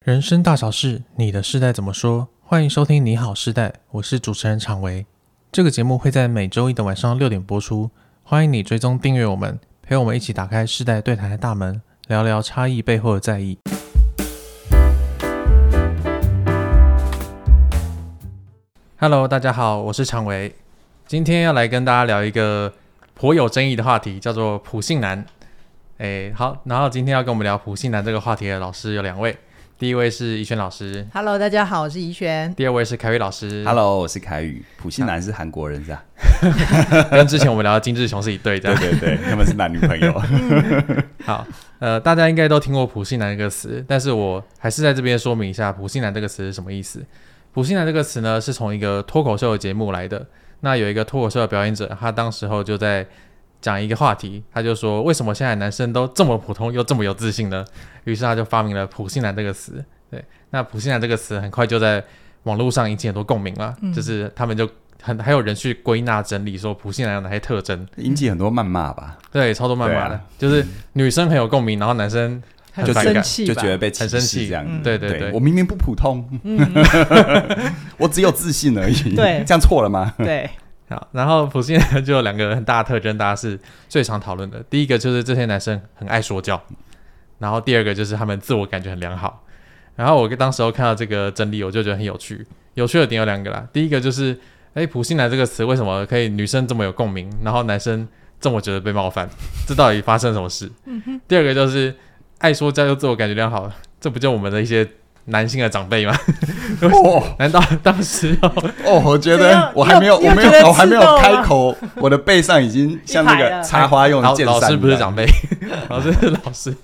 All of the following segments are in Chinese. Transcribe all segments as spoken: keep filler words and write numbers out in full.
人生大小事，你的世代怎么说？欢迎收听你好世代，我是主持人常维。这个节目会在每周一的晚上六点播出，欢迎你追踪订阅我们，陪我们一起打开世代对谈的大门，聊聊差异背后的在意。Hello， 大家好，我是常维，今天要来跟大家聊一个颇有争议的话题，叫做普信男。诶，好，然后今天要跟我们聊普信男这个话题的老师有两位，第一位是怡萱老师 Hello， 大家好，我是怡萱。 第二位是凯宇老师 Hello， 我是凯宇。普信男是韩国人是吧？ 跟之前我们聊的金志雄是一对的。 对对对，他们是男女朋友。 好，呃，大家应该都听过普信男这个词，但是我还是在这边说明一下普信男这个词是什么意思。普信男这个词呢，是从一个脱口秀的节目来的。那有一个脱口秀的表演者，他当时候就在讲一个话题，他就说为什么现在男生都这么普通又这么有自信呢？于是他就发明了普信男这个词。对，那普信男这个词很快就在网络上引起很多共鸣了、嗯、就是他们就很还有人去归纳整理说普信男有哪些特征， 引起很多谩骂吧。 对，超多谩骂的、啊、就是女生很有共鸣，然后男生很就生气， 就觉得被歧视这样、 嗯、对对 对, 对， 我明明不普通、嗯、我只有自信而已， 对， 这样错了吗？ 对。 好，然后普信男就有两个很大的特征，大家是最常讨论的。第一个就是这些男生很爱说教，然后第二个就是他们自我感觉很良好。然后我当时候看到这个真理，我就觉得很有趣。有趣的点有两个啦，第一个就是哎，普信男这个词为什么可以女生这么有共鸣，然后男生这么觉得被冒犯，这到底发生什么事？嗯、第二个就是爱说教又自我感觉良好，这不就我们的一些男性的长辈吗？哦、难道当时哦，我觉得我还没有，我没有，我还没有开口，我的背上已经像那个插花用的剑扇。 老师不是长辈，老师是老师。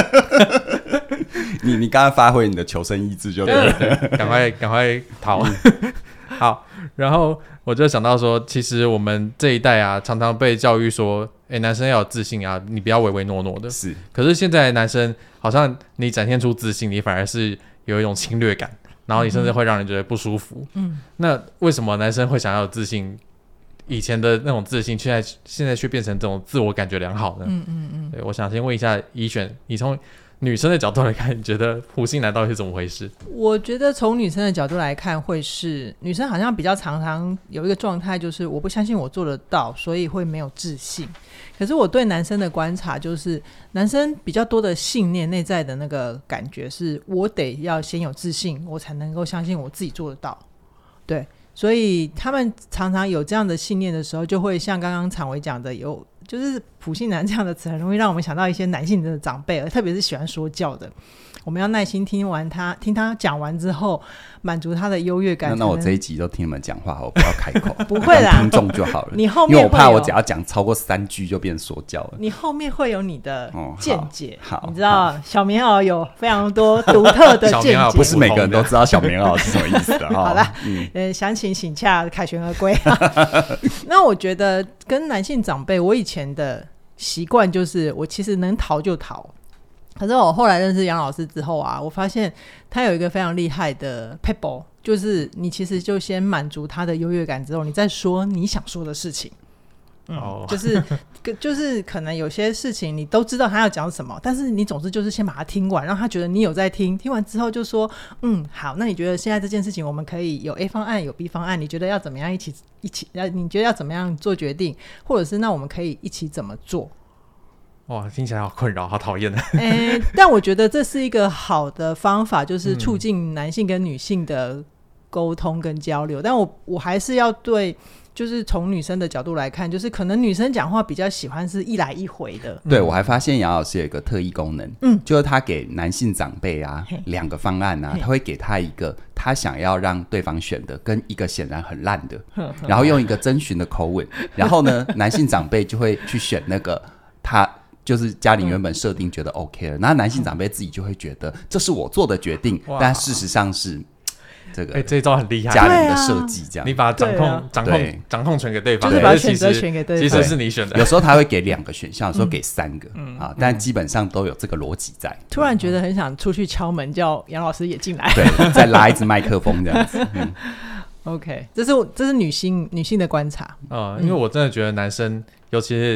你你刚刚发挥你的求生意志就对了， 赶快赶快逃。好，然后我就想到说，其实我们这一代啊，常常被教育说，哎，男生要有自信啊，你不要唯唯诺诺的。 是， 可是现在的男生好像你展现出自信，你反而是有一种侵略感，然后你甚至会让人觉得不舒服。嗯，那为什么男生会想要有自信？以前的那种自信，现在现在却变成这种自我感觉良好呢？嗯嗯嗯。对，我想先问一下怡萱，你从女生的角度来看，你觉得普信男到底是怎么回事？ 我觉得从女生的角度来看，会是女生好像比较常常有一个状态，就是我不相信我做得到，所以会没有自信。可是我对男生的观察就是，男生比较多的信念内在的那个感觉是，我得要先有自信，我才能够相信我自己做得到。对，所以他们常常有这样的信念的时候，就会像刚刚常维讲的，有就是普信男这样的词很容易让我们想到一些男性的长辈，特别是喜欢说教的，我们要耐心听完他听他讲完之后，满足他的优越感。 那, 那我这一集都听你们讲话，我不要开口。 不会啦， 听众就好了。 你后面因为我怕我只要讲超过三句就变说教了。 你后面会有你的见解、 哦、好， 你知道小棉袄有非常多独特的见解， 不是每个人都知道小棉袄是什么意思的。 好啦、嗯呃、详情请洽凯旋而归。那我觉得跟男性长辈，我以前的习惯就是我其实能逃就逃，可是我后来认识杨老师之后啊，我发现他有一个非常厉害的 pebble， 就是你其实就先满足他的优越感之后，你再说你想说的事情。嗯哦、就是就是可能有些事情你都知道他要讲什么，但是你总之就是先把它听完，让他觉得你有在听，听完之后就说嗯好，那你觉得现在这件事情我们可以有 A 方案有 B 方案，你觉得要怎么样一起一起你觉得要怎么样做决定，或者是那我们可以一起怎么做。 哇，听起来好困扰，好讨厌、 欸、但我觉得这是一个好的方法，就是促进男性跟女性的沟通跟交流、嗯、但我我还是要对，就是从女生的角度来看，就是可能女生讲话比较喜欢是一来一回的。 对，我还发现杨老师有一个特异功能，嗯，就是他给男性长辈啊两个方案啊，他会给他一个他想要让对方选的跟一个显然很烂的，然后用一个征询的口吻，然后呢男性长辈就会去选那个他就是家里原本设定觉得 OK 了，那、嗯、男性长辈自己就会觉得这是我做的决定，但事实上是这个， 哎、欸，这一招很厉害， 家人的设计这样、啊， 你把掌控、啊、掌控掌控权给对方， 就是把选择权给对方， 其实是你选的。 有时候他会给两个选项，有时候给三个、嗯啊、但基本上都有这个逻辑在。 突然觉得很想出去敲门，叫杨老师也进来， 对，再拉一支麦克风这样子。嗯 OK， 这是这是女性女性的观察。 呃，因为我真的觉得男生，尤其是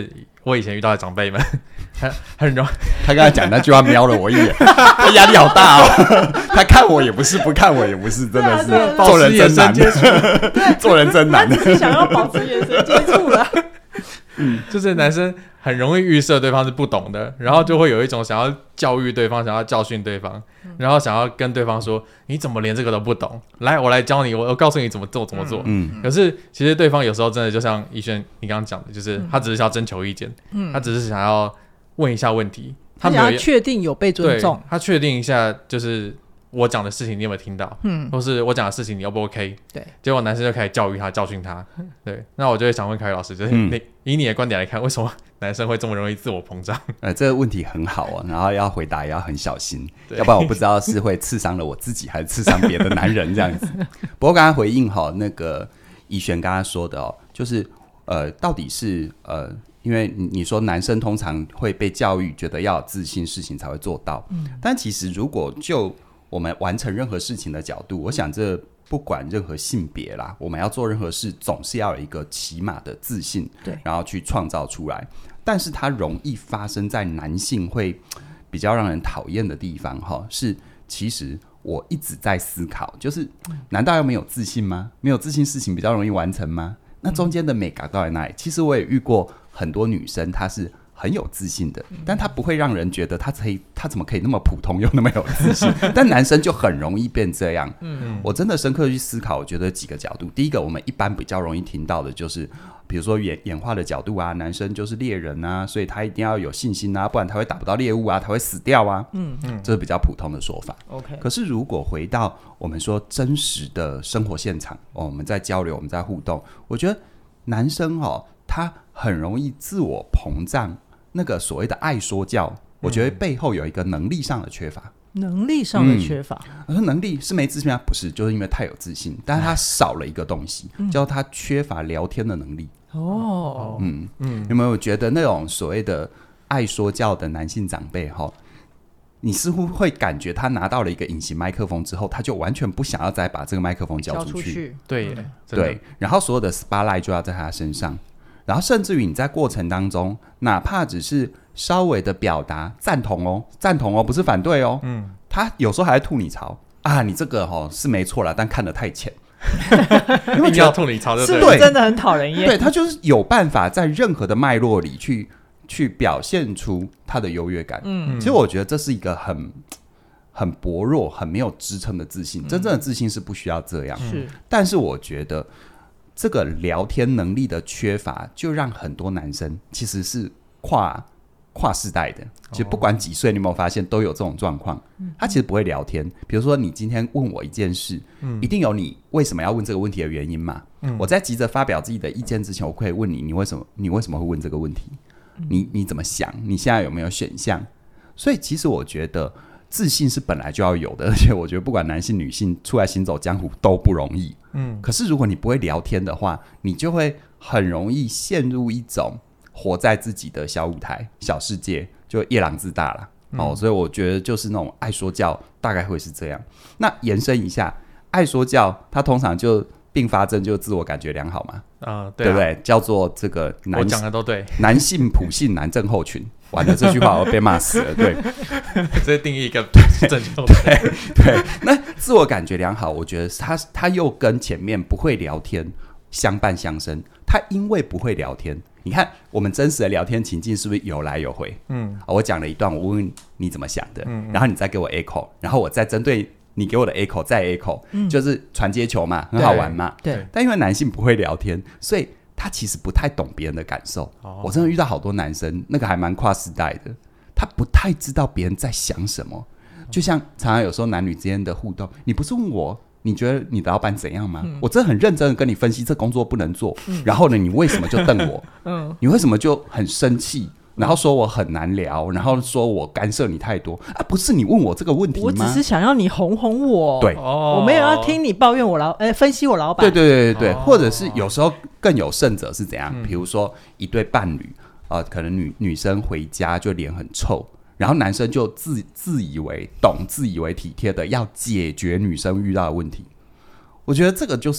我以前遇到的长辈们很很容易， 他刚才讲那句话瞄了我一眼，他压力好大哦。他看我也不是，不看我也不是，真的是做人真难，做人真难。 他只是想要保持眼神接触了。 嗯，就是男生很容易预设对方是不懂的，然后就会有一种想要教育对方、想要教训对方，然后想要跟对方说：“你怎么连这个都不懂？来，我来教你，我我告诉你怎么做，怎么做。”嗯，可是其实对方有时候真的就像逸轩你刚刚讲的，就是他只是想要征求意见，嗯，他只是想要问一下问题， 他想要确定有被尊重， 他确定一下就是我讲的事情你有没有听到，嗯，或是我讲的事情你 O 不 OK？ 对，结果男生就开始教育他、教训他，对，那我就会想问凯宇老师，就是你、嗯、以你的观点来看，为什么男生会这么容易自我膨胀？ 呃，这个问题很好哦，然后要回答也要很小心，要不然我不知道是会刺伤了我自己，还是刺伤别的男人这样子。不过刚才回应哈，那个逸轩刚刚说的哦，就是呃，到底是呃。因为你说男生通常会被教育觉得要有自信，事情才会做到、嗯、但其实如果就我们完成任何事情的角度，我想这不管任何性别啦，我们要做任何事总是要有一个起码的自信，对，然后去创造出来。但是它容易发生在男性会比较让人讨厌的地方是其实我一直在思考，就是难道要没有自信吗？没有自信事情比较容易完成吗？那中间的美感到底哪里？其实我也遇过很多女生，她是很有自信的，但她不会让人觉得她可以，她怎么可以那么普通又那么有自信？但男生就很容易变这样。嗯，我真的深刻去思考，我觉得几个角度。第一个，我们一般比较容易听到的就是，比如说演演化的角度啊，男生就是猎人啊，所以他一定要有信心啊，不然他会打不到猎物啊，他会死掉啊。嗯嗯，这是比较普通的说法。OK， 可是如果回到我们说真实的生活现场，哦、我们在交流，我们在互动，我觉得男生哦，他很容易自我膨胀。那个所谓的爱说教，我觉得背后有一个能力上的缺乏。 能力上的缺乏， 我说、嗯、能力是没自信吗？不是，就是因为太有自信，但是他少了一个东西，嗯、叫他缺乏聊天的能力。哦，嗯嗯，有没有觉得那种所谓的爱说教的男性长辈哈？你似乎会感觉他拿到了一个隐形麦克风之后，他就完全不想要再把这个麦克风交出去。 交出去对耶、 嗯、对，然后所有的 spotlight 就要在他身上。然后甚至于你在过程当中，哪怕只是稍微的表达赞同哦，赞同哦，不是反对哦。嗯，他有时候还会吐你槽啊，你这个哦是没错啦，但看得太浅。 因为要吐你槽， 是不是真的很讨人厌？ 对，他就是有办法在任何的脉络里去去表现出他的优越感。嗯，其实我觉得这是一个很很薄弱、很没有支撑的自信。嗯、真正的自信是不需要这样。是，但是我觉得。这个聊天能力的缺乏，就让很多男生其实是跨跨世代的，其实不管几岁，你有没有发现都有这种状况？他其实不会聊天。比如说，你今天问我一件事，嗯、一定有你为什么要问这个问题的原因嘛？嗯、我在急着发表自己的意见之前，我可以问你，你为什么你为什么会问这个问题？嗯、你你怎么想？你现在有没有选项？所以，其实我觉得。自信是本来就要有的，而且我觉得不管男性女性出来行走江湖都不容易。嗯，可是如果你不会聊天的话，你就会很容易陷入一种活在自己的小舞台、小世界，就夜郎自大啦。嗯、哦，所以我觉得就是那种爱说教，大概会是这样。那延伸一下，爱说教，它通常就并发症就自我感觉良好嘛， 呃对啊、 对不对？叫做这个男， 我讲的都对， 男性普信男症候群。完了，这句话我被骂死了。对， 这定义一个正确的。 对对，那自我感觉良好，我觉得他他又跟前面不会聊天相伴相生。他因为不会聊天，你看我们真实的聊天情境是不是有来有回？嗯，我讲了一段，我问问你怎么想的，嗯嗯然后你再给我 echo， 然后我再针对你给我的 echo 再 echo，、嗯、就是传接球嘛，很好玩嘛。对。对但因为男性不会聊天，所以。他其实不太懂别人的感受、哦、我真的遇到好多男生，那个还蛮跨时代的，他不太知道别人在想什么。就像常常有时候男女之间的互动，你不是问我你觉得你的老板怎样吗、嗯、我真的很认真的跟你分析这工作不能做、嗯、然后呢你为什么就瞪我、嗯、你为什么就很生气，然后说我很难聊，然后说我干涉你太多啊！不是你问我这个问题吗？ 我只是想要你哄哄我， 对， 我没有要听你抱怨我老，呃，分析我老板。 对对对对对，哦、或者是有时候更有甚者是怎样？嗯、比如说一对伴侣，呃，可能女女生回家就脸很臭，然后男生就自自以为懂、自以为体贴的要解决女生遇到的问题。我觉得这个就是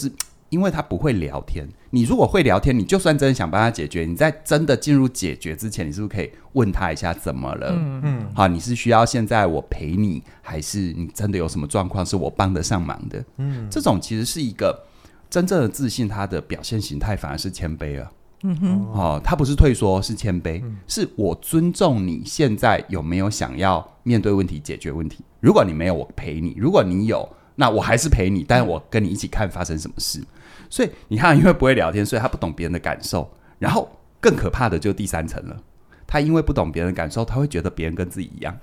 因为他不会聊天。你如果会聊天，你就算真的想帮他解决，你在真的进入解决之前，你是不是可以问他一下怎么了？嗯嗯，好，你是需要现在我陪你，还是你真的有什么状况是我帮得上忙的？嗯，这种其实是一个真正的自信，它的表现形态反而是谦卑了。嗯哼，哦，他不是退缩，是谦卑，嗯、是我尊重你现在有没有想要面对问题、解决问题。如果你没有，我陪你；如果你有，那我还是陪你，但是我跟你一起看发生什么事。所以你看，因为不会聊天，所以他不懂别人的感受。然后更可怕的就是第三层了，他因为不懂别人的感受，他会觉得别人跟自己一样，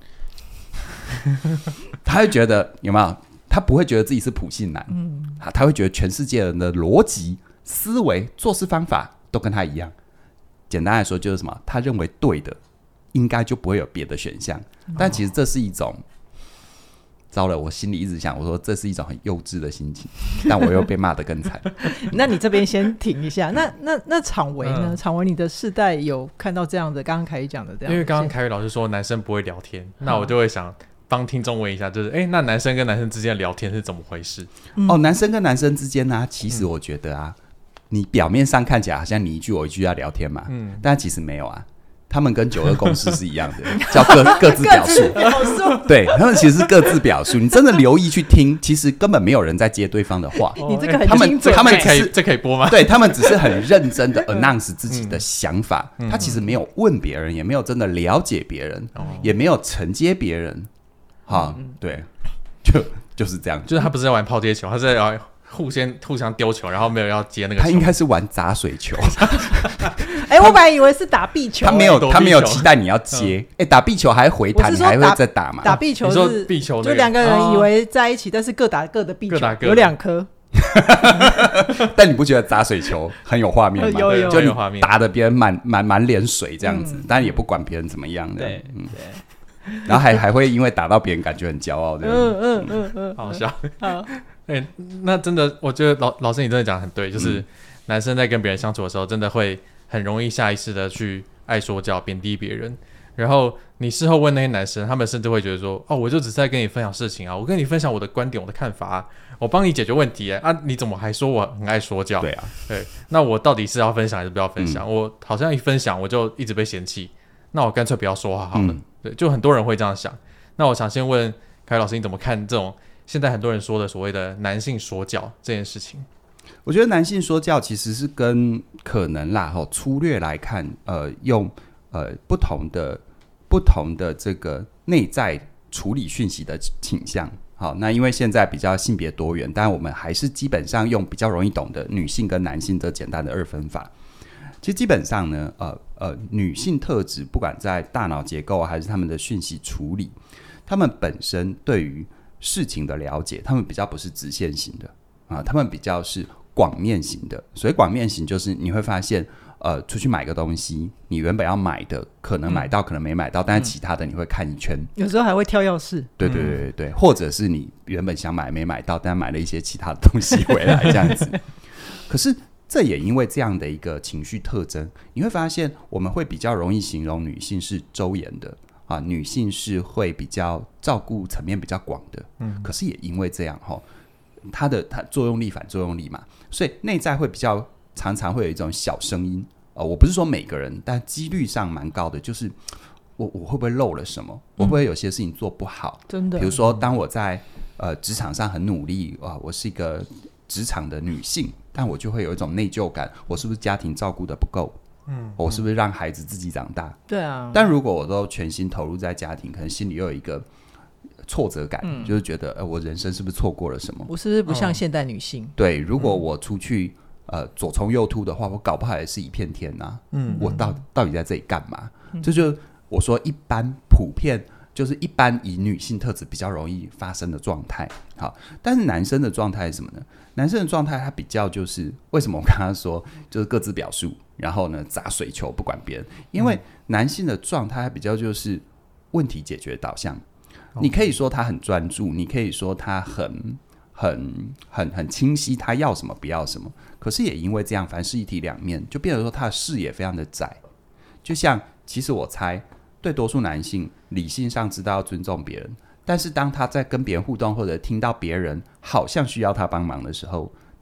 他会觉得有没有？他不会觉得自己是普信男，嗯，他会觉得全世界人的逻辑、思维、做事方法都跟他一样。简单来说就是什么？他认为对的，应该就不会有别的选项。但其实这是一种。糟了，我心里一直想，我说这是一种很幼稚的心情，但我又被骂得更惨。 那你这边先停一下。那那那昶维呢？昶维，你的世代有看到这样的？刚刚凯宇讲的这样， 因为刚刚凯宇老师说男生不会聊天，那我就会想帮听众问一下，就是哎，那男生跟男生之间的聊天是怎么回事？ 嗯、哦，男生跟男生之间呢、啊，其实我觉得啊、嗯，你表面上看起来好像你一句我一句要聊天嘛，嗯，但其实没有啊。他们跟九二共识是一样的，叫 各, 各自表述。对，他们其实是各自表述。你真的留意去听，其实根本没有人在接对方的话。 你这个很他们他们只是这可以播吗？ 对，他们只是很认真的 announce 自己的想法、嗯，他其实没有问别人，也没有真的了解别人，嗯、也没有承接别人。哈、嗯，对，就就是这样， 就是他不是在玩抛接球，他是在玩互相互相丢球，然后没有要接那个球。 他应该是玩砸水球。 哎、欸，我本来以为是打壁球、欸， 他没有，他没有期待你要接。哎、嗯欸，打壁球还回弹，你还会再打吗？ 打壁球是， 你说壁球、那個、 就两个人以为在一起，哦、但是各打各的壁球， 各各有两颗。 但你不觉得砸水球很有画面吗？ 有有， 就你打的别人满满满脸水这样子，但、嗯、也不管别人怎么样的。 对，嗯， 对。然后还还会因为打到别人感觉很骄傲的。 嗯嗯嗯嗯， 好笑。好，哎、欸，那真的，我觉得老老师你真的讲得很对，就是男生在跟别人相处的时候，真的会。很容易下意识的去爱说教、贬低别人，然后你事后问那些男生，他们甚至会觉得说：“哦，我就只是在跟你分享事情啊，我跟你分享我的观点、我的看法啊，我帮你解决问题啊，啊你怎么还说我很爱说教？” 对啊， 对，那我到底是要分享还是不要分享？嗯、我好像一分享我就一直被嫌弃，那我干脆不要说话好了。嗯、对，就很多人会这样想。那我想先问凯老师，你怎么看这种现在很多人说的所谓的男性说教这件事情？ 我觉得男性说教其实是跟可能啦，吼，粗略来看，呃，用呃不同的不同的这个内在处理讯息的倾向。好，那因为现在比较性别多元，但我们还是基本上用比较容易懂的女性跟男性这简单的二分法。其实基本上呢，呃呃，女性特质不管在大脑结构还是他们的讯息处理，他们本身对于事情的了解，他们比较不是直线型的啊，他们比较是广面型的。所以广面型就是你会发现呃，出去买个东西，你原本要买的可能买到、嗯、可能没买到，但是其他的你会看一圈， 有时候还会挑钥匙。 对对对对、嗯、或者是你原本想买没买到，但买了一些其他的东西回来这样子可是这也因为这样的一个情绪特征，你会发现我们会比较容易形容女性是周延的啊，女性是会比较照顾层面比较广的。嗯，可是也因为这样齁，它的它作用力反作用力嘛，所以内在会比较常常会有一种小声音、呃、我不是说每个人，但几率上蛮高的，就是我我会不会漏了什么、嗯、我会不会有些事情做不好。 真的， 比如说当我在呃职场上很努力啊，我是一个职场的女性，但我就会有一种内疚感，我是不是家庭照顾的不够？嗯，我是不是让孩子自己长大？ 对啊。 但如果我都全心投入在家庭，可能心里又有一个挫折感、嗯、就是觉得、呃、我人生是不是错过了什么？ 我是不是不像现代女性、哦、 对，如果我出去、呃、左冲右突的话，我搞不好也是一片天啊。嗯，我 到, 到底在这里干嘛、嗯、这就我说一般普遍就是一般以女性特质比较容易发生的状态。好，但是男生的状态是什么呢？男生的状态他比较就是为什么我刚刚说就是各自表述，然后呢砸水球不管别人，因为男性的状态比较就是问题解决导向。你可以说他很专注，你可以说他很很很很清晰，他要什么不要什么。可是也因为这样，凡事一体两面，就变成说他的视野非常的窄。就像其实我猜，对多数男性理性上知道要尊重别人，但是当他在跟别人互动或者听到别人好像需要他帮忙的时候，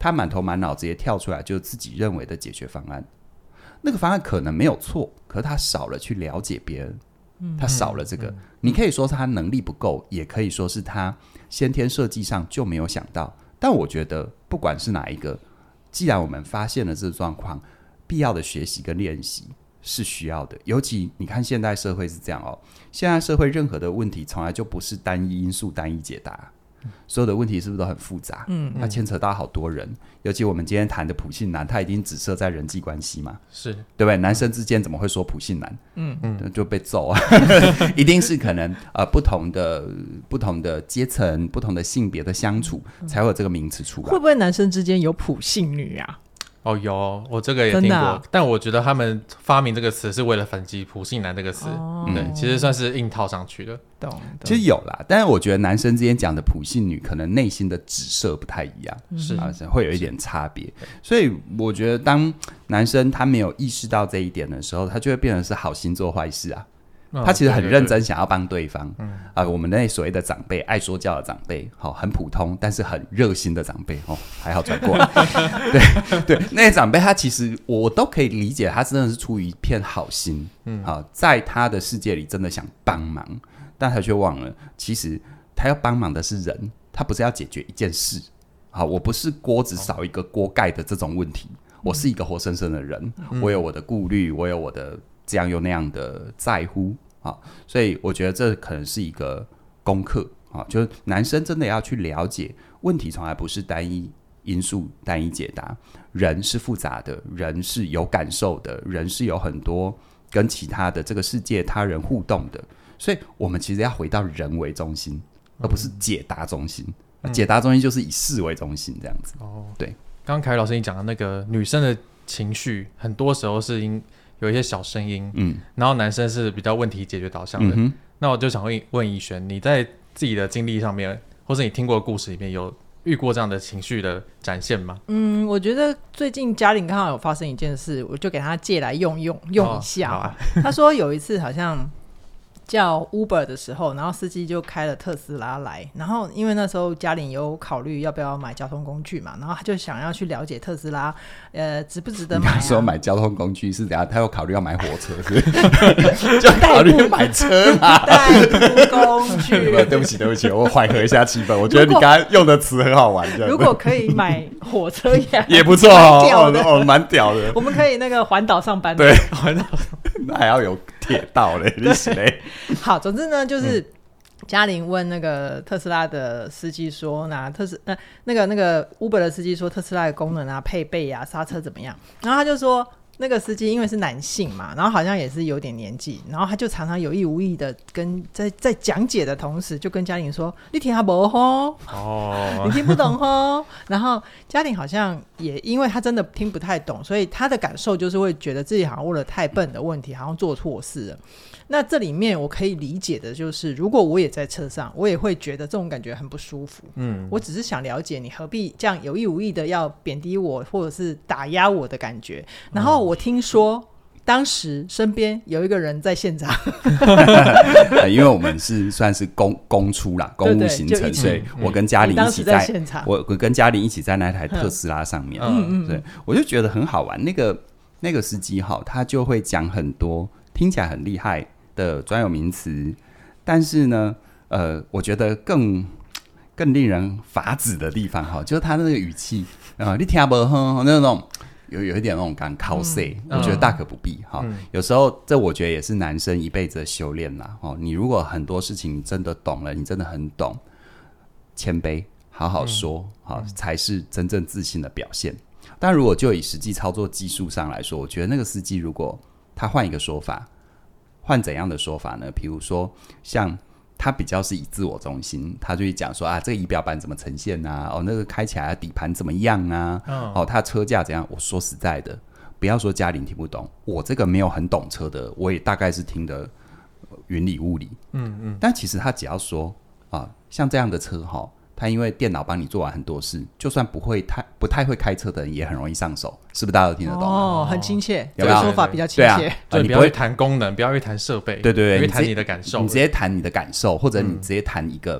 他满头满脑直接跳出来就自己认为的解决方案，那个方案可能没有错，可是他少了去了解别人，他少了这个、嗯、你可以说是他能力不够，也可以说是他先天设计上就没有想到。但我觉得不管是哪一个，既然我们发现了这个状况，必要的学习跟练习是需要的。尤其你看现代社会是这样哦，现在社会任何的问题从来就不是单一因素单一解答，所有的问题是不是都很复杂？嗯，它牵扯到好多人。尤其我们今天谈的普信男，它一定只设在人际关系嘛，是对不对？男生之间怎么会说普信男？嗯嗯，就被揍啊！一定是可能呃不同的不同的阶层、不同的性别的相处，才会有这个名词出来。 会不会男生之间有普信女啊？ 哦，有，我这个也听过、啊、但我觉得他们发明这个词是为了反击普信男这个词、哦、对，其实算是硬套上去的。 懂， 其实有啦，但是我觉得男生之间讲的普信女可能内心的指涉不太一样，是、啊、会有一点差别。所以我觉得当男生他没有意识到这一点的时候，他就会变成是好心做坏事啊。他其实很认真想要帮对方、哦、对对对、呃、我们那所谓的长辈，爱说教的长辈、哦、很普通但是很热心的长辈、哦、还好转过来对对，那些长辈他其实我都可以理解，他真的是出于一片好心、嗯呃、在他的世界里真的想帮忙，但他却忘了其实他要帮忙的是人，他不是要解决一件事。好，我不是锅子少一个锅盖的这种问题、嗯、我是一个活生生的人、嗯、我有我的顾虑，我有我的这样又那样的在乎。好，所以我觉得这可能是一个功课，好，就是男生真的要去了解问题从来不是单一因素单一解答，人是复杂的，人是有感受的，人是有很多跟其他的这个世界他人互动的，所以我们其实要回到人为中心，而不是解答中心、嗯、解答中心就是以事为中心这样子、哦、对。 刚刚凯宇老师你讲的那个女生的情绪很多时候是因有一些小声音，嗯，然后男生是比较问题解决导向的、嗯、那我就想问问逸璇，你在自己的经历上面或是你听过的故事里面有遇过这样的情绪的展现吗？嗯， 我觉得最近嘉玲刚好有发生一件事，我就给他借来用用用一下、哦啊、他说有一次好像叫 Uber 的时候，然后司机就开了特斯拉来，然后因为那时候嘉玲有考虑要不要买交通工具嘛，然后他就想要去了解特斯拉呃值不值得买、啊、 那时候买交通工具是怎样？他有考虑要买火车是是就考虑买车嘛， 代步工具对不起对不起，我缓和一下气氛，我觉得你刚刚用的词很好玩。 如果可以买火车也也不错哦，哦蛮屌的， 我们可以那个环岛上班， 对，环岛上那还要有铁道嘞，你是嘞。 好，总之呢，就是嘉玲问那个特斯拉的司机说，那特斯那那个那个 Uber 的司机说特斯拉的功能啊、配备啊、刹车怎么样？然后他就说，那个司机因为是男性嘛，然后好像也是有点年纪，然后他就常常有意无意的跟在在讲解的同时，就跟嘉玲说：“你听他不吼，哦，你听不懂吼。”然后嘉玲好像也因为他真的听不太懂，所以他的感受就是会觉得自己好像问了太笨的问题，好像做错事了。那这里面我可以理解的就是，如果我也在车上，我也会觉得这种感觉很不舒服。嗯，我只是想了解你何必这样有意无意的要贬低我，或者是打压我的感觉。然后我听说当时身边有一个人在现场因为我们是算是公公出啦，公务行程，所以我跟嘉玲一起 在, 在现场我跟嘉玲一起在那台特斯拉上面，嗯嗯，对，我就觉得很好玩。那个那个司机哈，他就会讲很多听起来很厉害的专有名词，但是呢，呃，我觉得更更令人发指的地方哈，就是他那个语气，呃，你听不懂那种。有有一点那种感靠 say、嗯、我觉得大可不必哈、嗯。有时候这我觉得也是男生一辈子的修炼啦。哦，你如果很多事情你真的懂了，你真的很懂，谦卑好好说，好、嗯、才是真正自信的表现。但如果就以实际操作技术上来说，我觉得那个司机如果他换一个说法，换怎样的说法呢？比如说像他比较是以自我中心，他就会讲说啊，这个仪表板怎么呈现啊？哦，那个开起来的底盘怎么样啊？哦，哦他车架怎样？我说实在的，不要说嘉玲听不懂，我这个没有很懂车的，我也大概是听得云里雾里。嗯嗯。但其实他只要说啊，像这样的车哈，他因为电脑帮你做完很多事，就算不会太不太会开车的人也很容易上手，是不是大家都听得懂？ 哦，很亲切，这个说法比较亲切。 对啊，对，你不要去谈功能，不要去谈设备， 对对对， 你会谈你的感受， 你直接谈你的感受，或者你直接谈一个、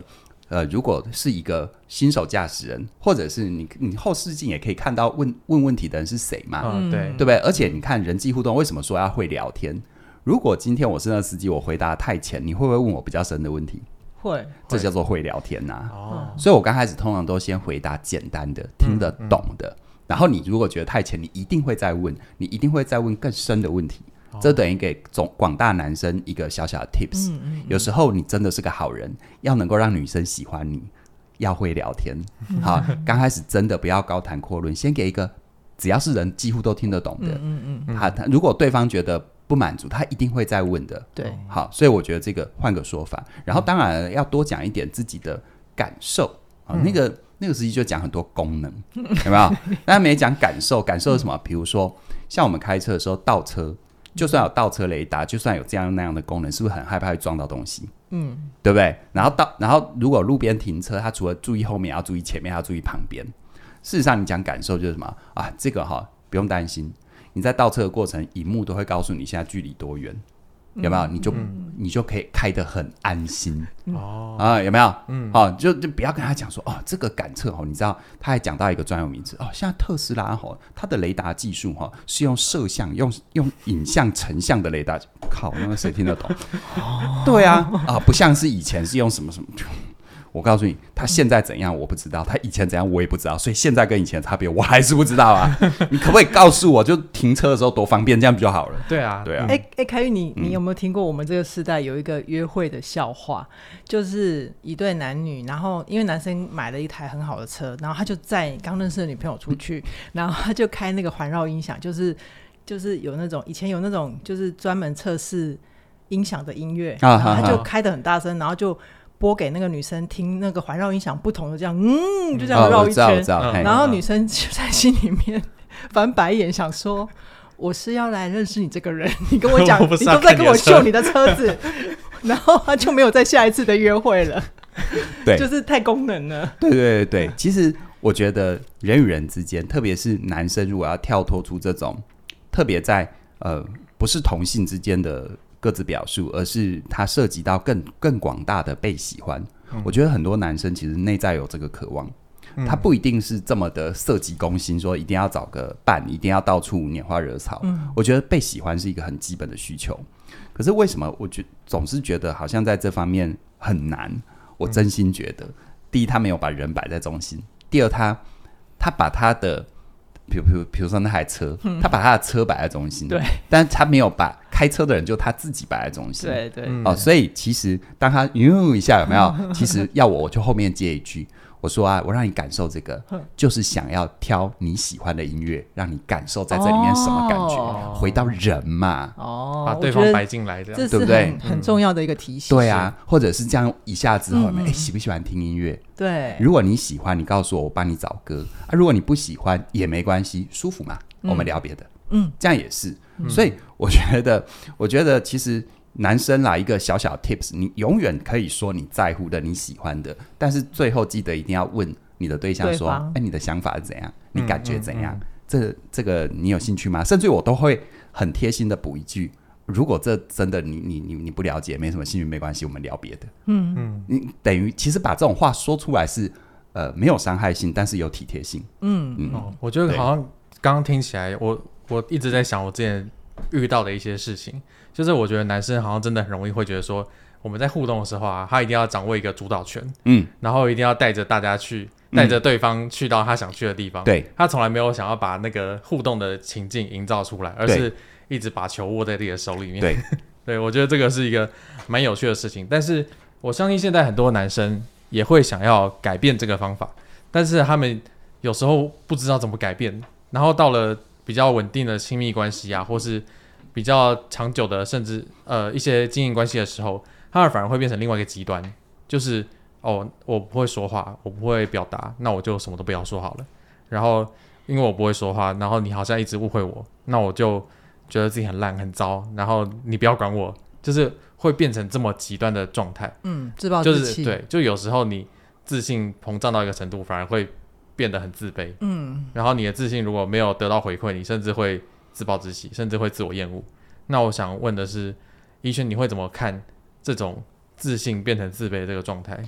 呃，如果是一个新手驾驶人，或者是你你后视镜也可以看到问问问题的人是谁嘛， 嗯，对， 对不对？而且你看人际互动，为什么说要会聊天？如果今天我是那司机，我回答太浅，你会不会问我比较深的问题？ 会， 这叫做会聊天呐、啊。 哦， 所以我刚开始通常都先回答简单的、听得懂的，嗯嗯、然后你如果觉得太浅，你一定会再问，你一定会再问更深的问题。哦、这等于给总广大男生一个小小的 tips、嗯嗯嗯。有时候你真的是个好人，要能够让女生喜欢你。要会聊天，好，刚开始真的不要高谈阔论，先给一个只要是人几乎都听得懂的。嗯嗯嗯。他他如果对方觉得不满足，他一定会再问的。 对， 好，所以我觉得这个换个说法，然后当然要多讲一点自己的感受啊、嗯。那个那个司机就讲很多功能，有没有？但没讲感受，感受是什么？比如说像我们开车的时候倒车。就算有倒车雷达，就算有这样那样的功能，是不是很害怕会撞到东西？嗯，对不对？然后到，然后如果路边停车，他除了注意后面，要注意前面，还要注意旁边。事实上，你讲感受就是什么啊？这个哈不用担心，你在倒车的过程，萤幕都会告诉你现在距离多远。有没有？你就、嗯、你就可以开得很安心哦、嗯、啊，有没有？嗯，好、哦，就就不要跟他讲说哦，这个感测哦，你知道，他还讲到一个专有名词哦，现在特斯拉哈、哦，它的雷达技术哈、哦、是用摄像、用用影像成像的雷达，靠，那个谁听得懂？哦、对啊，啊，不像是以前是用什么什么。我告诉你，他现在怎样我不知道，他以前怎样我也不知道，所以现在跟以前的差别我还是不知道啊。你可不可以告诉我，就停车的时候多方便，这样不就好了？ 对啊， 对啊。 哎哎，凯宇，你你有没有听过我们这个世代有一个约会的笑话？就是一对男女，然后因为男生买了一台很好的车，然后他就载刚认识的女朋友出去，然后他就开那个环绕音响，就是就是有那种以前有那种就是专门测试音响的音乐， 啊、 然后他就开得很大声，然后就。播给那个女生听那个环绕音响不同的这样嗯就这样绕一圈、 哦、 然后女生就在心里面翻白眼想说我是要来认识你这个人你跟我讲你都在跟我秀你的车子然后他就没有再下一次的约会了对就是太功能了对对对对其实我觉得人与人之间特别是男生如果要跳脱出这种特别在呃不是同性之间的各自表述，而是它涉及到更更广大的被喜欢、嗯。我觉得很多男生其实内在有这个渴望，嗯、他不一定是这么的色急攻心，说一定要找个伴，一定要到处拈花惹草、嗯。我觉得被喜欢是一个很基本的需求。可是为什么我觉总是觉得好像在这方面很难？我真心觉得，嗯、第一，他没有把人摆在中心；第二，他他把他的。比如比如比如说那台车、嗯、他把他的车摆在中心， 对， 但他没有把开车的人就他自己摆在中心， 对对、 哦、所以其实当他哟一下有没有其实要我我就后面接一句我说啊，我让你感受这个就是想要挑你喜欢的音乐让你感受在这里面什么感觉、哦、回到人嘛， 哦，把对方摆进来这样， 这是很对不对很重要的一个提醒、 嗯、对啊，或者是这样一下之后、嗯欸、喜不喜欢听音乐， 对， 如果你喜欢你告诉我我帮你找歌、啊、如果你不喜欢也没关系，舒服嘛、嗯、我们聊别的，嗯，这样也是、嗯、所以我觉得我觉得其实男生啦一个小小 tips 你永远可以说你在乎的你喜欢的，但是最后记得一定要问你的对象说哎，你的想法是怎样，你感觉怎样、嗯嗯嗯、这这个你有兴趣吗？甚至我都会很贴心的补一句，如果这真的你你你你不了解没什么兴趣没关系，我们聊别的，嗯嗯，你等于其实把这种话说出来是呃没有伤害性但是有体贴性， 嗯嗯、哦，我觉得好像刚刚听起来我我一直在想我之前遇到的一些事情，就是我觉得男生好像真的很容易会觉得说我们在互动的时候啊，他一定要掌握一个主导权，嗯，然后一定要带着大家去带着对方去到他想去的地方，对、嗯，他从来没有想要把那个互动的情境营造出来，而是一直把球握在自己的手里面，对对，我觉得这个是一个蛮有趣的事情，但是我相信现在很多男生也会想要改变这个方法，但是他们有时候不知道怎么改变，然后到了比较稳定的亲密关系啊，或是比较长久的甚至呃一些经营关系的时候，他们反而会变成另外一个极端，就是哦我不会说话，我不会表达，那我就什么都不要说好了，然后因为我不会说话，然后你好像一直误会我，那我就觉得自己很烂很糟，然后你不要管我，就是会变成这么极端的状态， 嗯，自暴自弃， 就是对，就有时候你自信膨胀到一个程度，反而会变得很自卑，嗯，然后你的自信如果没有得到回馈，你甚至会自暴自弃，甚至会自我厌恶。那我想问的是，依轩，你会怎么看这种自信变成自卑的这个状态？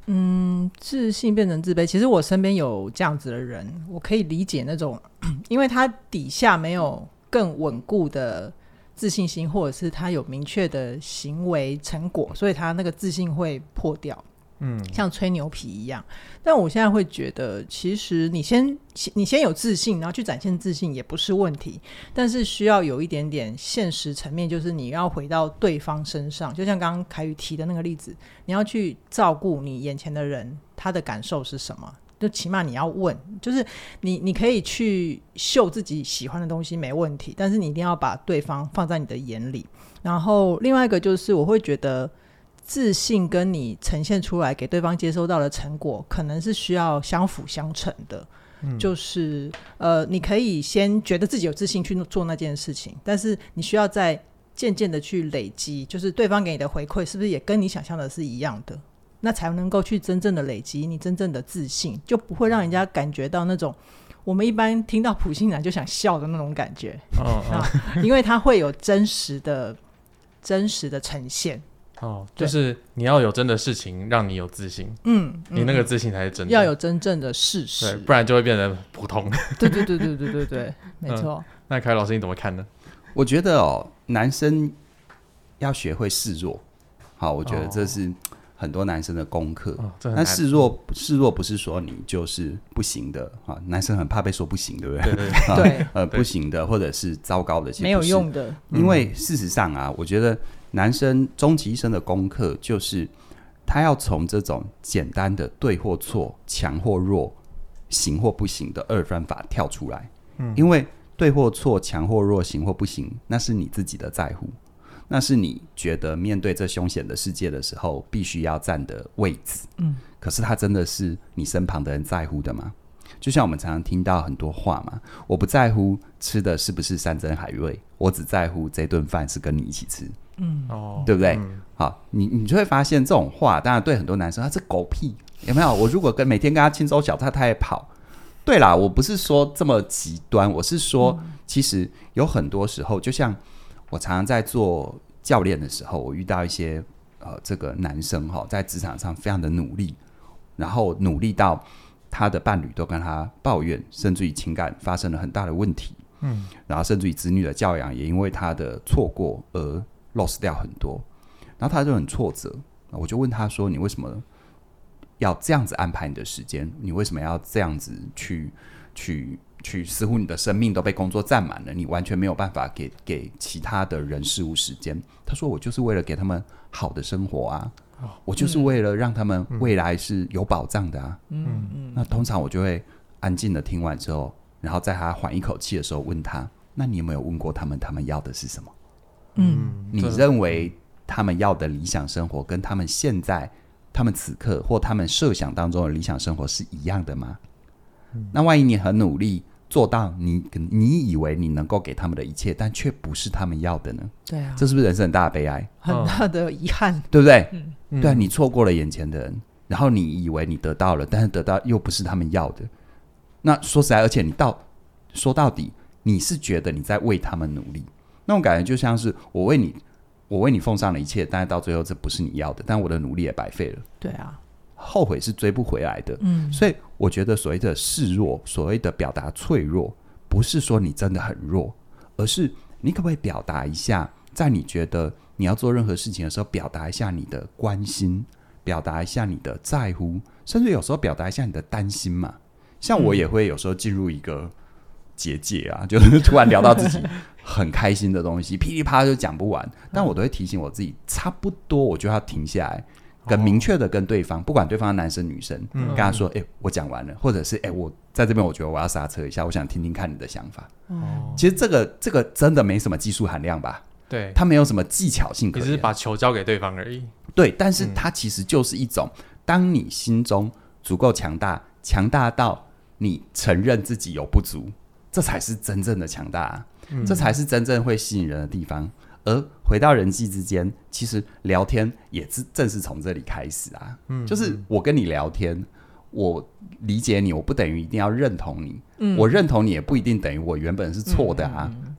嗯，自信变成自卑，其实我身边有这样子的人，我可以理解那种，因为他底下没有更稳固的自信心，或者是他有明确的行为成果，所以他那个自信会破掉。嗯，像吹牛皮一样。但我现在会觉得，其实你先你先有自信，然后去展现自信也不是问题，但是需要有一点点现实层面，就是你要回到对方身上。就像刚刚凯宇提的那个例子，你要去照顾你眼前的人，他的感受是什么？就起码你要问，就是你你可以去秀自己喜欢的东西没问题，但是你一定要把对方放在你的眼里。然后另外一个就是我会觉得自信跟你呈现出来给对方接收到的成果可能是需要相辅相成的、嗯、就是呃，你可以先觉得自己有自信去做那件事情，但是你需要再渐渐的去累积，就是对方给你的回馈是不是也跟你想象的是一样的，那才能够去真正的累积你真正的自信，就不会让人家感觉到那种我们一般听到普信男就想笑的那种感觉、哦哦、因为它会有真实的真实的呈现哦，就是你要有真的事情让你有自信，嗯，你那个自信才是真的， 要有真正的事实， 对，不然就会变得普通。 对对对对对对对，没错、嗯。 那凯老师你怎么看呢？ 我觉得哦，男生要学会示弱，好，我觉得这是很多男生的功课。哦、那示弱示弱不是说你就是不行的啊，男生很怕被说不行，对不对？ 对对对，对呃，不行的或者是糟糕的， 没有用的。 因为事实上啊，我觉得男生终其一生的功课就是他要从这种简单的对或错、强或弱、行或不行的二分法跳出来。嗯，因为对或错、强或弱、行或不行，那是你自己的在乎，那是你觉得面对这凶险的世界的时候必须要站的位置。嗯，可是他真的是你身旁的人在乎的吗？就像我们常常听到很多话嘛，我不在乎吃的是不是山珍海味，我只在乎这顿饭是跟你一起吃。嗯，对不对？嗯、好，你你就会发现这种话，当然对很多男生，他、啊、这狗屁，有没有？我如果跟每天跟他亲手小菜，他也跑。对啦，我不是说这么极端，我是说，嗯、其实有很多时候，就像我常常在做教练的时候，我遇到一些呃这个男生哈，在职场上非常的努力，然后努力到他的伴侣都跟他抱怨，甚至于情感发生了很大的问题。嗯，然后甚至于子女的教养也因为他的错过而lost 掉很多，然后他就很挫折，我就问他说，你为什么要这样子安排你的时间？你为什么要这样子去去去似乎你的生命都被工作占满了，你完全没有办法给给其他的人事物时间？他说我就是为了给他们好的生活啊，哦、我就是为了让他们未来是有保障的啊。嗯嗯，那通常我就会安静的听完之后，然后在他缓一口气的时候问他，那你有没有问过他们他们要的是什么？嗯，你认为他们要的理想生活跟他们现在他们此刻或他们设想当中的理想生活是一样的吗？嗯、那万一你很努力做到 你, 你以为你能够给他们的一切，但却不是他们要的呢？对啊，这是不是人生很大的悲哀， 很大的遗憾， 对不对？嗯、对啊，你错过了眼前的人，然后你以为你得到了，但是得到又不是他们要的。那说实在，而且你到说到底你是觉得你在为他们努力，那种感觉就像是我为你我为你奉上了一切，但是到最后这不是你要的，但我的努力也白费了。 对啊， 后悔是追不回来的。嗯，所以我觉得所谓的示弱，所谓的表达脆弱，不是说你真的很弱，而是你可不可以表达一下，在你觉得你要做任何事情的时候，表达一下你的关心，表达一下你的在乎，甚至有时候表达一下你的担心嘛。像我也会有时候进入一个结界啊，就是突然聊到自己很开心的东西，噼里啪啦就讲不完，但我都会提醒我自己，差不多我就要停下来，跟明确的跟对方，不管对方是男生女生，嗯、跟他说，哎、欸，我讲完了，或者是哎、欸，我在这边我觉得我要刹车一下，我想听听看你的想法。哦，其实这个这个真的没什么技术含量吧？对，它没有什么技巧性可言， 你只是把球交给对方而已。 对，但是它其实就是一种，嗯、当你心中足够强大，强大到你承认自己有不足，这才是真正的强大啊、嗯、这才是真正会吸引人的地方。而回到人际之间，其实聊天也正是从这里开始啊、嗯、就是我跟你聊天，我理解你，我不等于一定要认同你、嗯、我认同你也不一定等于我原本是错的啊、嗯、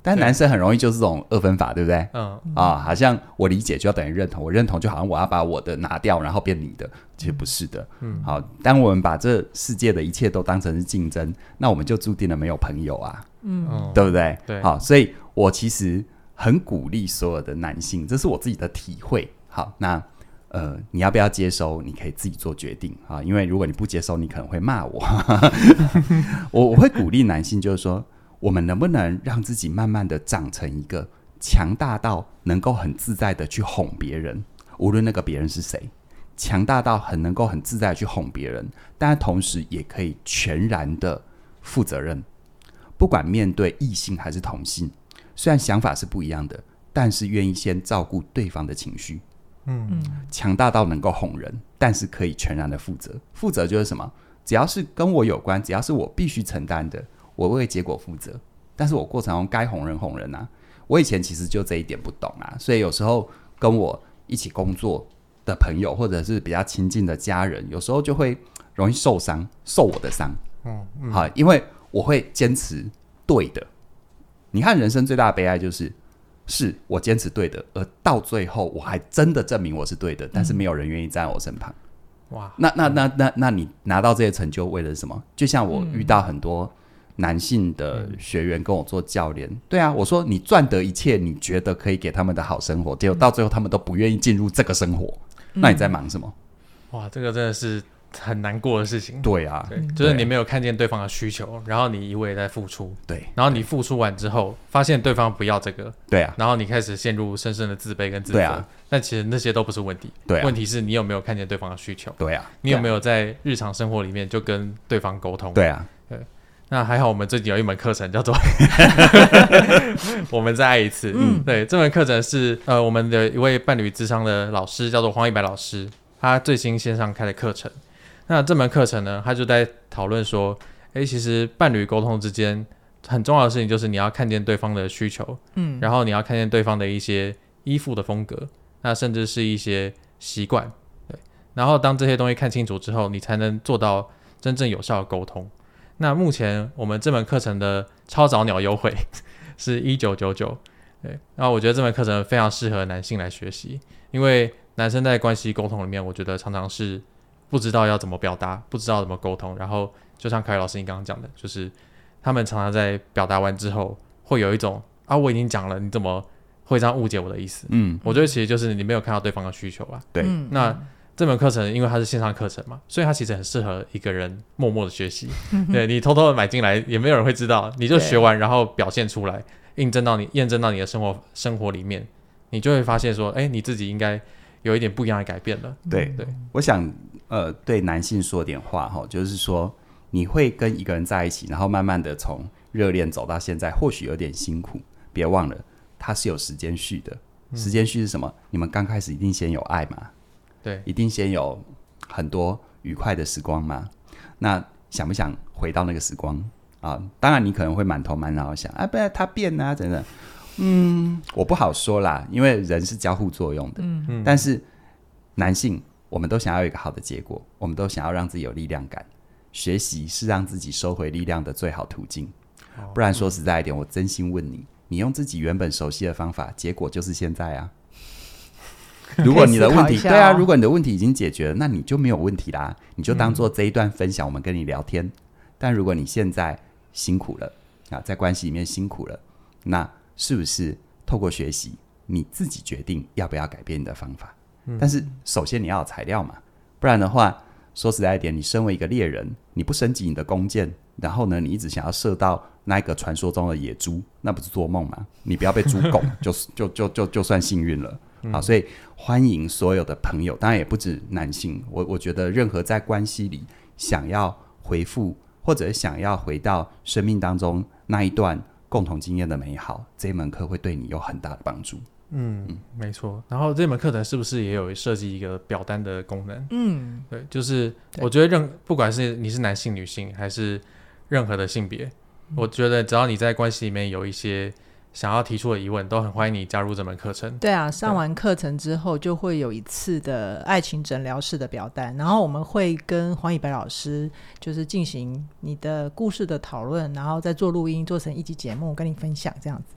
但男生很容易就是这种二分法，对不对？ 嗯啊，好像我理解就要等于认同，我认同就好像我要把我的拿掉，然后变你的，其实不是的。嗯，好，当我们把这世界的一切都当成是竞争，那我们就注定了没有朋友啊，嗯，对不对？ 对， 好，所以我其实很鼓励所有的男性，这是我自己的体会。好，那呃，你要不要接收？你可以自己做决定啊，因为如果你不接收，你可能会骂我。我我会鼓励男性，就是说，我们能不能让自己慢慢的长成一个强大到能够很自在的去哄别人，无论那个别人是谁，强大到很能够很自在的去哄别人，但同时也可以全然的负责任，不管面对异性还是同性，虽然想法是不一样的，但是愿意先照顾对方的情绪。嗯，强大到能够哄人，但是可以全然的负责。负责就是什么？只要是跟我有关，只要是我必须承担的，我为结果负责。但是我过程中该哄人哄人啊。我以前其实就这一点不懂啊，所以有时候跟我一起工作的朋友，或者是比较亲近的家人，有时候就会容易受伤，受我的伤。嗯嗯，好，因为我会坚持对的。你看，人生最大的悲哀就是。是我坚持对的，而到最后我还真的证明我是对的，但是没有人愿意站在我身旁。哇，那那那那那你拿到这些成就为了什么？就像我遇到很多男性的学员跟我做教练，嗯、对啊，我说你赚得一切，你觉得可以给他们的好生活，结果到最后他们都不愿意进入这个生活，嗯、那你在忙什么？ 哇，这个真的是很难过的事情。 对啊， 对，就是你没有看见对方的需求，然后你一味在付出， 对， 然后你付出完之后，发现对方不要这个， 对啊， 然后你开始陷入深深的自卑跟自责，对啊，但其实那些都不是问题， 对啊， 问题是你有没有看见对方的需求， 对啊， 你有没有在日常生活里面就跟对方沟通， 对啊， 对。那还好，我们最近有一门课程叫做我们再爱一次。嗯，对，这门课程是呃我们的一位伴侣諮商的老师，叫做黄一白老师，他最新线上开的课程。那这门课程呢，他就在讨论说，哎，其实伴侣沟通之间很重要的事情就是你要看见对方的需求，嗯，然后你要看见对方的一些依附的风格，那甚至是一些习惯，对。然后当这些东西看清楚之后，你才能做到真正有效的沟通。那目前我们这门课程的超早鸟优惠是一九九九，对，然后我觉得这门课程非常适合男性来学习，因为男生在关系沟通里面，我觉得常常是不知道要怎么表达，不知道怎么沟通，然后就像凯宇老师你刚刚讲的，就是他们常常在表达完之后，会有一种啊我已经讲了，你怎么会这样误解我的意思？嗯，我觉得其实就是你没有看到对方的需求啦。 对， 嗯、那。这门课程因为它是线上课程嘛，所以它其实很适合一个人默默的学习。对，你偷偷的买进来，也没有人会知道，你就学完然后表现出来，印证到你验证到你的生活生活里面，你就会发现说，哎，你自己应该有一点不一样的改变了。 对对，我想呃对男性说点话哈，就是说你会跟一个人在一起，然后慢慢的从热恋走到现在，或许有点辛苦，别忘了它是有时间序的。时间序是什么？你们刚开始一定先有爱嘛。 对， 一定先有很多愉快的时光嘛。那想不想回到那个时光啊？当然，你可能会满头满脑的想，啊，不然他变啊，等等。嗯，我不好说啦，因为人是交互作用的。嗯嗯。但是男性，我们都想要有一个好的结果，我们都想要让自己有力量感。学习是让自己收回力量的最好途径。哦、不然说实在一点，我真心问你，你用自己原本熟悉的方法，结果就是现在啊。如果你的问题、哦、对啊，如果你的问题已经解决了，那你就没有问题啦，你就当做这一段分享我们跟你聊天、嗯、但如果你现在辛苦了啊，在关系里面辛苦了，那是不是透过学习你自己决定要不要改变你的方法、嗯、但是首先你要有材料嘛，不然的话说实在一点，你身为一个猎人，你不升级你的弓箭，然后呢你一直想要射到那个传说中的野猪，那不是做梦吗？你不要被猪拱就, 就, 就, 就, 就算幸运了。好，所以欢迎所有的朋友，当然也不止男性，我我觉得任何在关系里想要回复或者想要回到生命当中那一段共同经验的美好，这一门课会对你有很大的帮助。 嗯，嗯没错。然后这门课程是不是也有设计一个表单的功能？嗯，对，就是我觉得任不管是你是男性、女性还是任何的性别，我觉得只要你在关系里面有一些想要提出的疑问，都很欢迎你加入这门课程。 对啊，上完课程之后就会有一次的爱情诊疗室的表单，然后我们会跟黄以白老师就是进行你的故事的讨论，然后再做录音做成一集节目跟你分享这样子。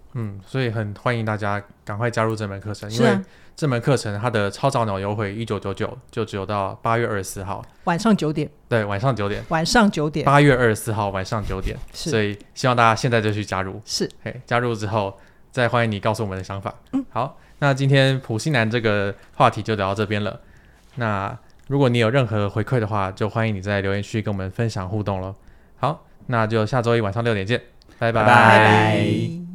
嗯，所以很欢迎大家赶快加入这门课程，因是啊为这门课程它的超早鸟优惠一九九九就只有到八月二十四号， 晚上九点， 对，晚上九点， 晚上九点， 八月二十四号晚上九点， 是所以希望大家现在就去加入。 是， 嘿，加入之后再欢迎你告诉我们的想法。嗯，好，那今天普信男这个话题就聊到这边了。那如果你有任何回馈的话，就欢迎你在留言区跟我们分享互动咯。好，那就下周一晚上六点见，拜拜。 拜拜拜拜。